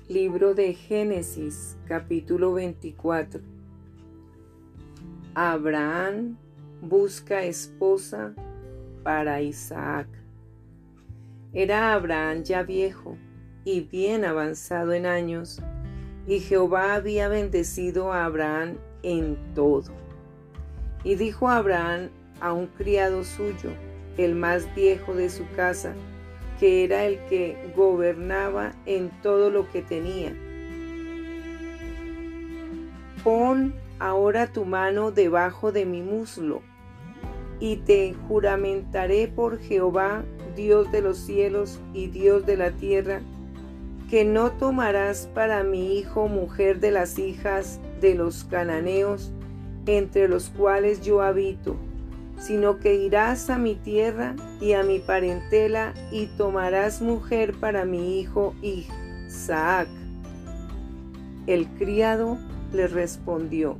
Libro de Génesis, capítulo 24. Abraham busca esposa para Isaac. Era Abraham ya viejo y bien avanzado en años, y Jehová había bendecido a Abraham en todo. Y dijo Abraham a un criado suyo, el más viejo de su casa, que era el que gobernaba en todo lo que tenía: pon ahora tu mano debajo de mi muslo, y te juramentaré por Jehová, Dios de los cielos y Dios de la tierra, que no tomarás para mi hijo mujer de las hijas de los cananeos, entre los cuales yo habito, sino que irás a mi tierra y a mi parentela y tomarás mujer para mi hijo Isaac. El criado le respondió: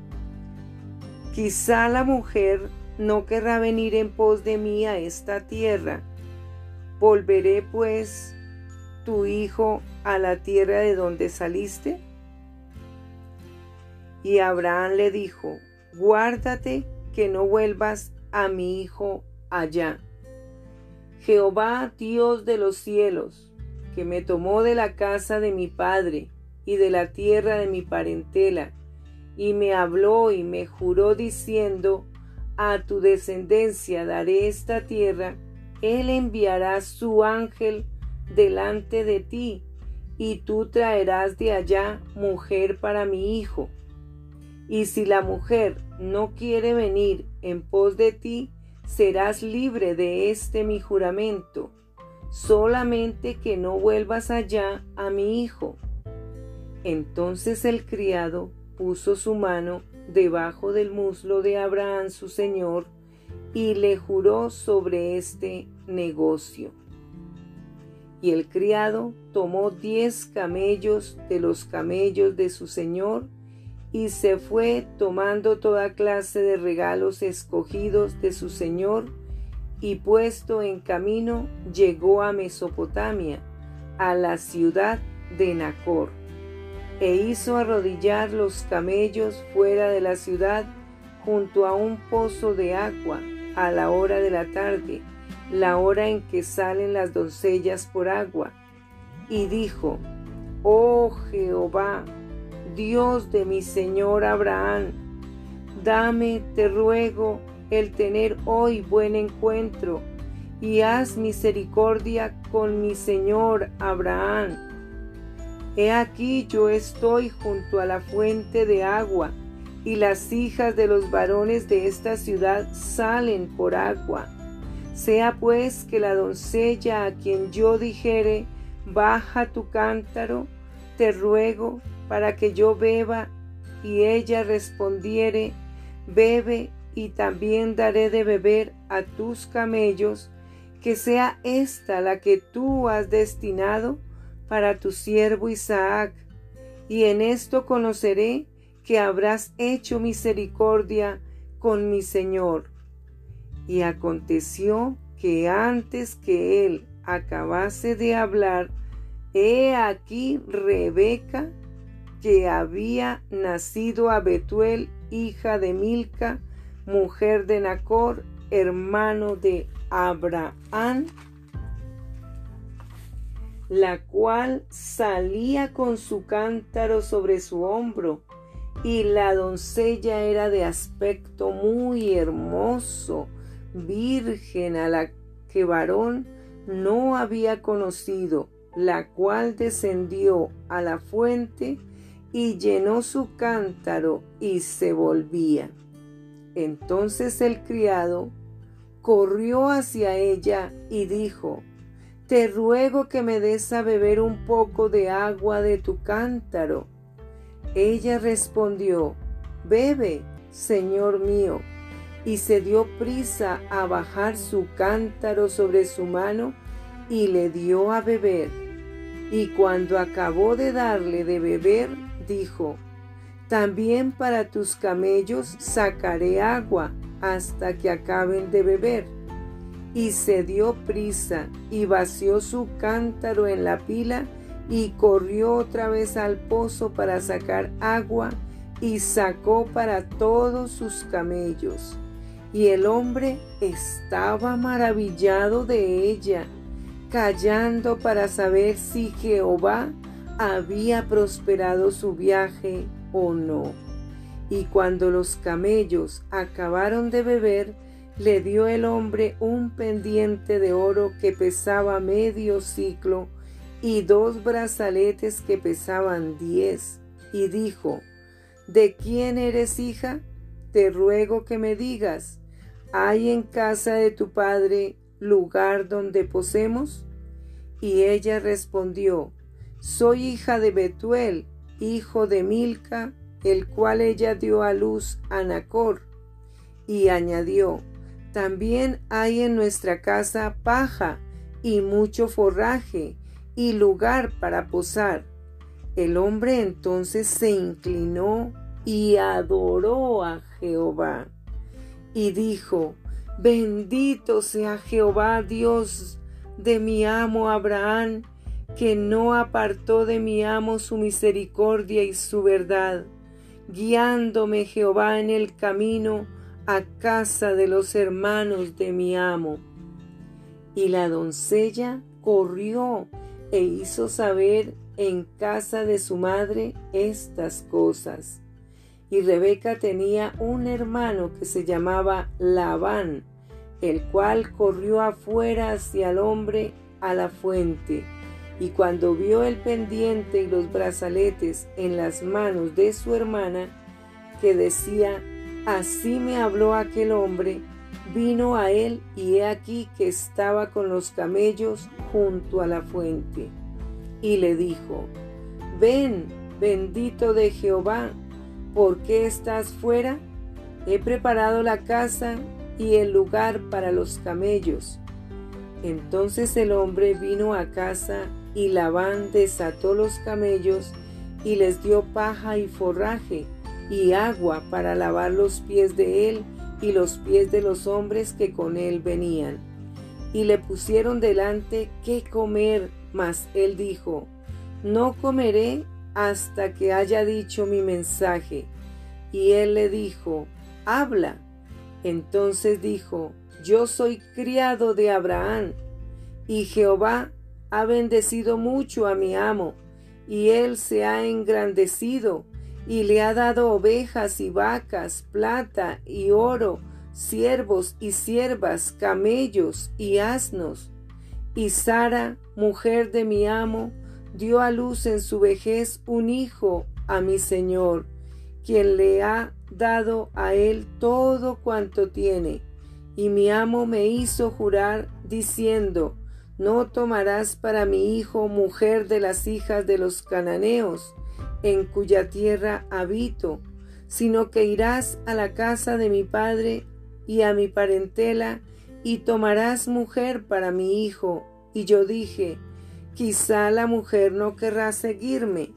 quizá la mujer no querrá venir en pos de mí a esta tierra. ¿Volveré pues tu hijo a la tierra de donde saliste? Y Abraham le dijo: guárdate que no vuelvas a mi hijo allá. Jehová, Dios de los cielos, que me tomó de la casa de mi padre y de la tierra de mi parentela, y me habló y me juró diciendo: a tu descendencia daré esta tierra, él enviará su ángel delante de ti, y tú traerás de allá mujer para mi hijo. Y si la mujer no quiere venir en pos de ti, serás libre de este mi juramento, solamente que no vuelvas allá a mi hijo. Entonces el criado puso su mano debajo del muslo de Abraham su señor, y le juró sobre este negocio. Y el criado tomó 10 camellos de los camellos de su señor, y se fue tomando toda clase de regalos escogidos de su señor, y puesto en camino llegó a Mesopotamia, a la ciudad de Nacor, e hizo arrodillar los camellos fuera de la ciudad, junto a un pozo de agua, a la hora de la tarde, la hora en que salen las doncellas por agua. Y dijo: oh Jehová, Dios de mi señor Abraham, dame, te ruego, el tener hoy buen encuentro, y haz misericordia con mi señor Abraham. He aquí yo estoy junto a la fuente de agua, y las hijas de los varones de esta ciudad salen por agua. Sea pues que la doncella a quien yo dijere: baja tu cántaro, te ruego, para que yo beba, y ella respondiere: bebe, y también daré de beber a tus camellos, que sea esta la que tú has destinado para tu siervo Isaac, y en esto conoceré que habrás hecho misericordia con mi señor. Y aconteció que antes que él acabase de hablar, he aquí Rebeca, que había nacido a Betuel, hija de Milca, mujer de Nacor, hermano de Abraham, la cual salía con su cántaro sobre su hombro, y la doncella era de aspecto muy hermoso, virgen, a la que varón no había conocido, la cual descendió a la fuente y llenó su cántaro y se volvía. Entonces el criado corrió hacia ella y dijo: te ruego que me des a beber un poco de agua de tu cántaro. Ella respondió: bebe, señor mío, y se dio prisa a bajar su cántaro sobre su mano y le dio a beber. Y cuando acabó de darle de beber, dijo: también para tus camellos sacaré agua hasta que acaben de beber. Y se dio prisa y vació su cántaro en la pila y corrió otra vez al pozo para sacar agua, y sacó para todos sus camellos. Y el hombre estaba maravillado de ella, callando para saber si Jehová había prosperado su viaje o no. Y cuando los camellos acabaron de beber, le dio el hombre un pendiente de oro que pesaba medio siclo, y 2 brazaletes que pesaban 10, y dijo: ¿De quién eres hija? Te ruego que me digas, ¿hay en casa de tu padre lugar donde posemos? Y ella respondió: Soy hija de Betuel, hijo de Milca, el cual ella dio a luz a Nachr. Y añadió: También hay en nuestra casa paja y mucho forraje y lugar para posar. El hombre entonces se inclinó y adoró a Jehová. Y dijo: Bendito sea Jehová, Dios de mi amo Abraham, que no apartó de mi amo su misericordia y su verdad, guiándome Jehová en el camino a casa de los hermanos de mi amo. Y la doncella corrió e hizo saber en casa de su madre estas cosas. Y Rebeca tenía un hermano que se llamaba Labán, el cual corrió afuera hacia el hombre a la fuente. Y cuando vio el pendiente y los brazaletes en las manos de su hermana, que decía: Así me habló aquel hombre, vino a él, y he aquí que estaba con los camellos junto a la fuente. Y le dijo: Ven, bendito de Jehová, ¿por qué estás fuera? He preparado la casa y el lugar para los camellos. Entonces el hombre vino a casa, y Labán desató los camellos y les dio paja y forraje y agua para lavar los pies de él y los pies de los hombres que con él venían. Y le pusieron delante qué comer, mas él dijo: No comeré hasta que haya dicho mi mensaje. Y él le dijo: Habla. Entonces dijo: Yo soy criado de Abraham, y Jehová ha bendecido mucho a mi amo, y él se ha engrandecido, y le ha dado ovejas y vacas, plata y oro, siervos y siervas, camellos y asnos. Y Sara, mujer de mi amo, dio a luz en su vejez un hijo a mi señor, quien le ha dado a él todo cuanto tiene. Y mi amo me hizo jurar, diciendo: No tomarás para mi hijo mujer de las hijas de los cananeos, en cuya tierra habito, sino que irás a la casa de mi padre y a mi parentela, y tomarás mujer para mi hijo. Y yo dije: Quizá la mujer no querrá seguirme.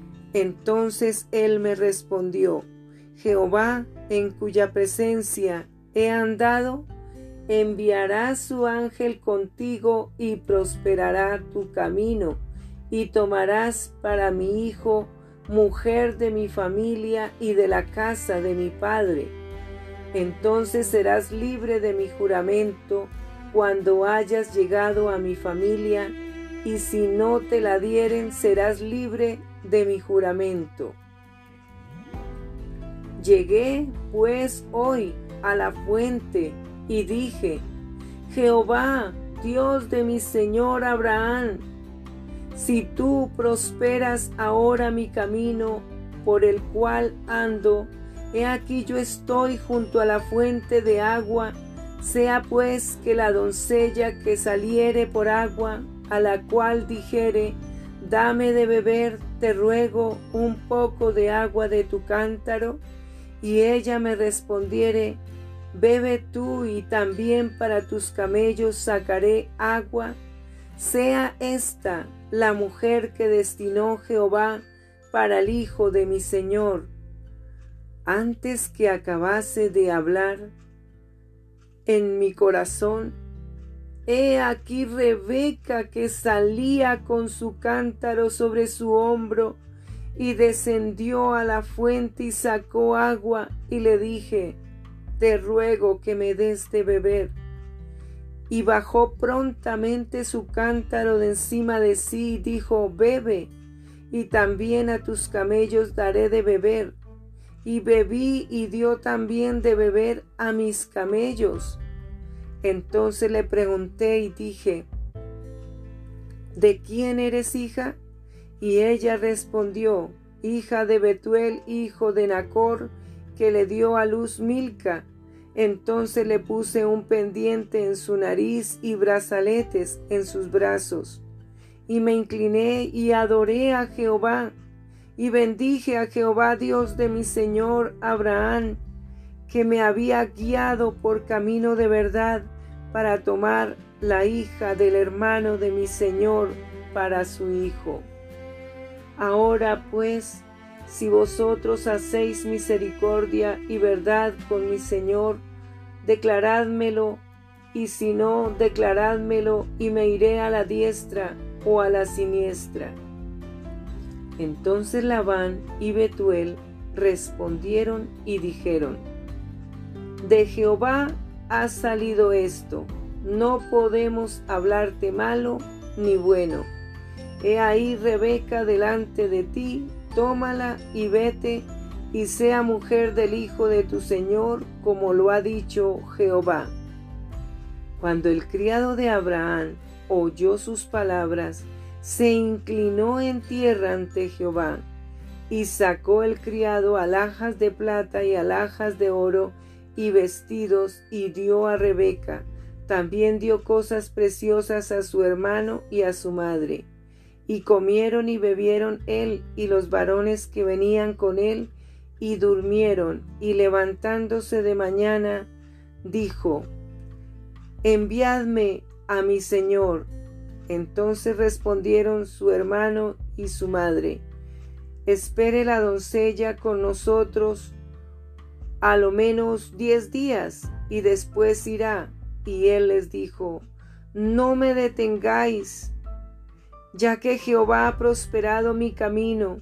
Entonces él me respondió: Jehová, en cuya presencia he andado, enviará su ángel contigo y prosperará tu camino, y tomarás para mi hijo mujer de mi familia y de la casa de mi padre. Entonces serás libre de mi juramento cuando hayas llegado a mi familia, y si no te la dieren, serás libre de mi juramento. Llegué pues hoy a la fuente y dije: Jehová, Dios de mi señor Abraham, si tú prosperas ahora mi camino por el cual ando, he aquí yo estoy junto a la fuente de agua. Sea pues que la doncella que saliere por agua, a la cual dijere: Dame de beber, te ruego, un poco de agua de tu cántaro, y ella me respondiere: Bebe tú, y también para tus camellos sacaré agua, sea esta la mujer que destinó Jehová para el hijo de mi señor. Antes que acabase de hablar, en mi corazón He aquí Rebeca, que salía con su cántaro sobre su hombro, y descendió a la fuente y sacó agua, y le dije: te ruego que me des de beber. Y bajó prontamente su cántaro de encima de sí y dijo: bebe, y también a tus camellos daré de beber. Y bebí y dio también de beber a mis camellos. Entonces le pregunté y dije: ¿de quién eres hija? Y ella respondió: hija de Betuel, hijo de Nacor, que le dio a luz Milca. Entonces le puse un pendiente en su nariz y brazaletes en sus brazos. Y me incliné y adoré a Jehová, y bendije a Jehová, Dios de mi señor Abraham, que me había guiado por camino de verdad para tomar la hija del hermano de mi señor para su hijo. Ahora pues, si vosotros hacéis misericordia y verdad con mi señor, declarádmelo, y si no, declarádmelo, y me iré a la diestra o a la siniestra. Entonces Labán y Betuel respondieron y dijeron: de Jehová ha salido esto, no podemos hablarte malo ni bueno. He ahí Rebeca delante de ti, tómala y vete, y sea mujer del hijo de tu señor, como lo ha dicho Jehová. Cuando el criado de Abraham oyó sus palabras, se inclinó en tierra ante Jehová, y sacó el criado alhajas de plata y alhajas de oro y vestidos, y dio a Rebeca. También dio cosas preciosas a su hermano y a su madre. Y comieron y bebieron él y los varones que venían con él, y durmieron. Y levantándose de mañana, dijo: enviadme a mi señor. Entonces respondieron su hermano y su madre: espere la doncella con nosotros a lo menos 10 días, y después irá. Y él les dijo: no me detengáis, ya que Jehová ha prosperado mi camino.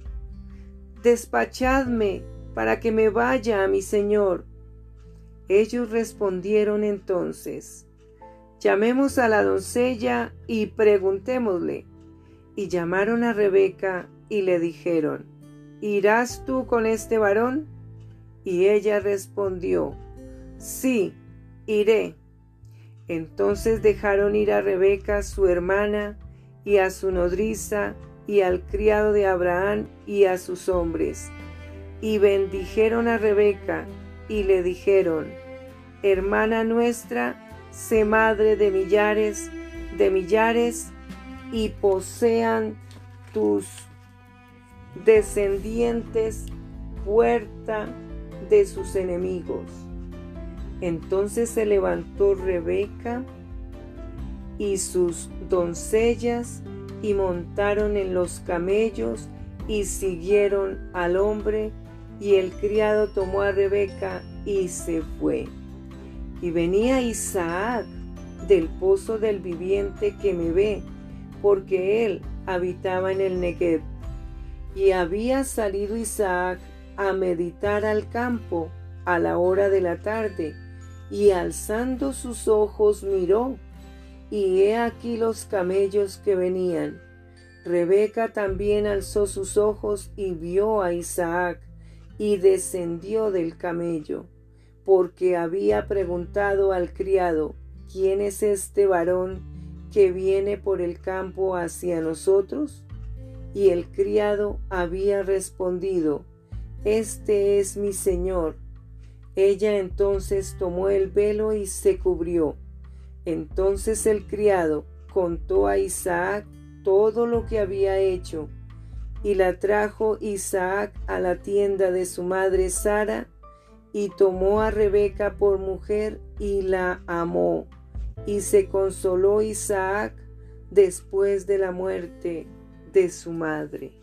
Despachadme para que me vaya a mi señor. Ellos respondieron entonces: llamemos a la doncella y preguntémosle. Y llamaron a Rebeca y le dijeron: ¿irás tú con este varón? Y ella respondió: sí, iré. Entonces dejaron ir a Rebeca su hermana, y a su nodriza, y al criado de Abraham, y a sus hombres. Y bendijeron a Rebeca, y le dijeron: hermana nuestra, sé madre de millares, y posean tus descendientes puerta de sus enemigos. Entonces se levantó Rebeca y sus doncellas, y montaron en los camellos, y siguieron al hombre, y el criado tomó a Rebeca y se fue. Y venía Isaac del pozo del viviente que me ve, porque él habitaba en el Negev. Y había salido Isaac a meditar al campo a la hora de la tarde, y alzando sus ojos miró, y he aquí los camellos que venían. Rebeca también alzó sus ojos y vio a Isaac, y descendió del camello, porque había preguntado al criado: ¿quién es este varón que viene por el campo hacia nosotros? Y el criado había respondido: este es mi señor. Ella entonces tomó el velo y se cubrió. Entonces el criado contó a Isaac todo lo que había hecho, y la trajo Isaac a la tienda de su madre Sara, y tomó a Rebeca por mujer y la amó, y se consoló Isaac después de la muerte de su madre.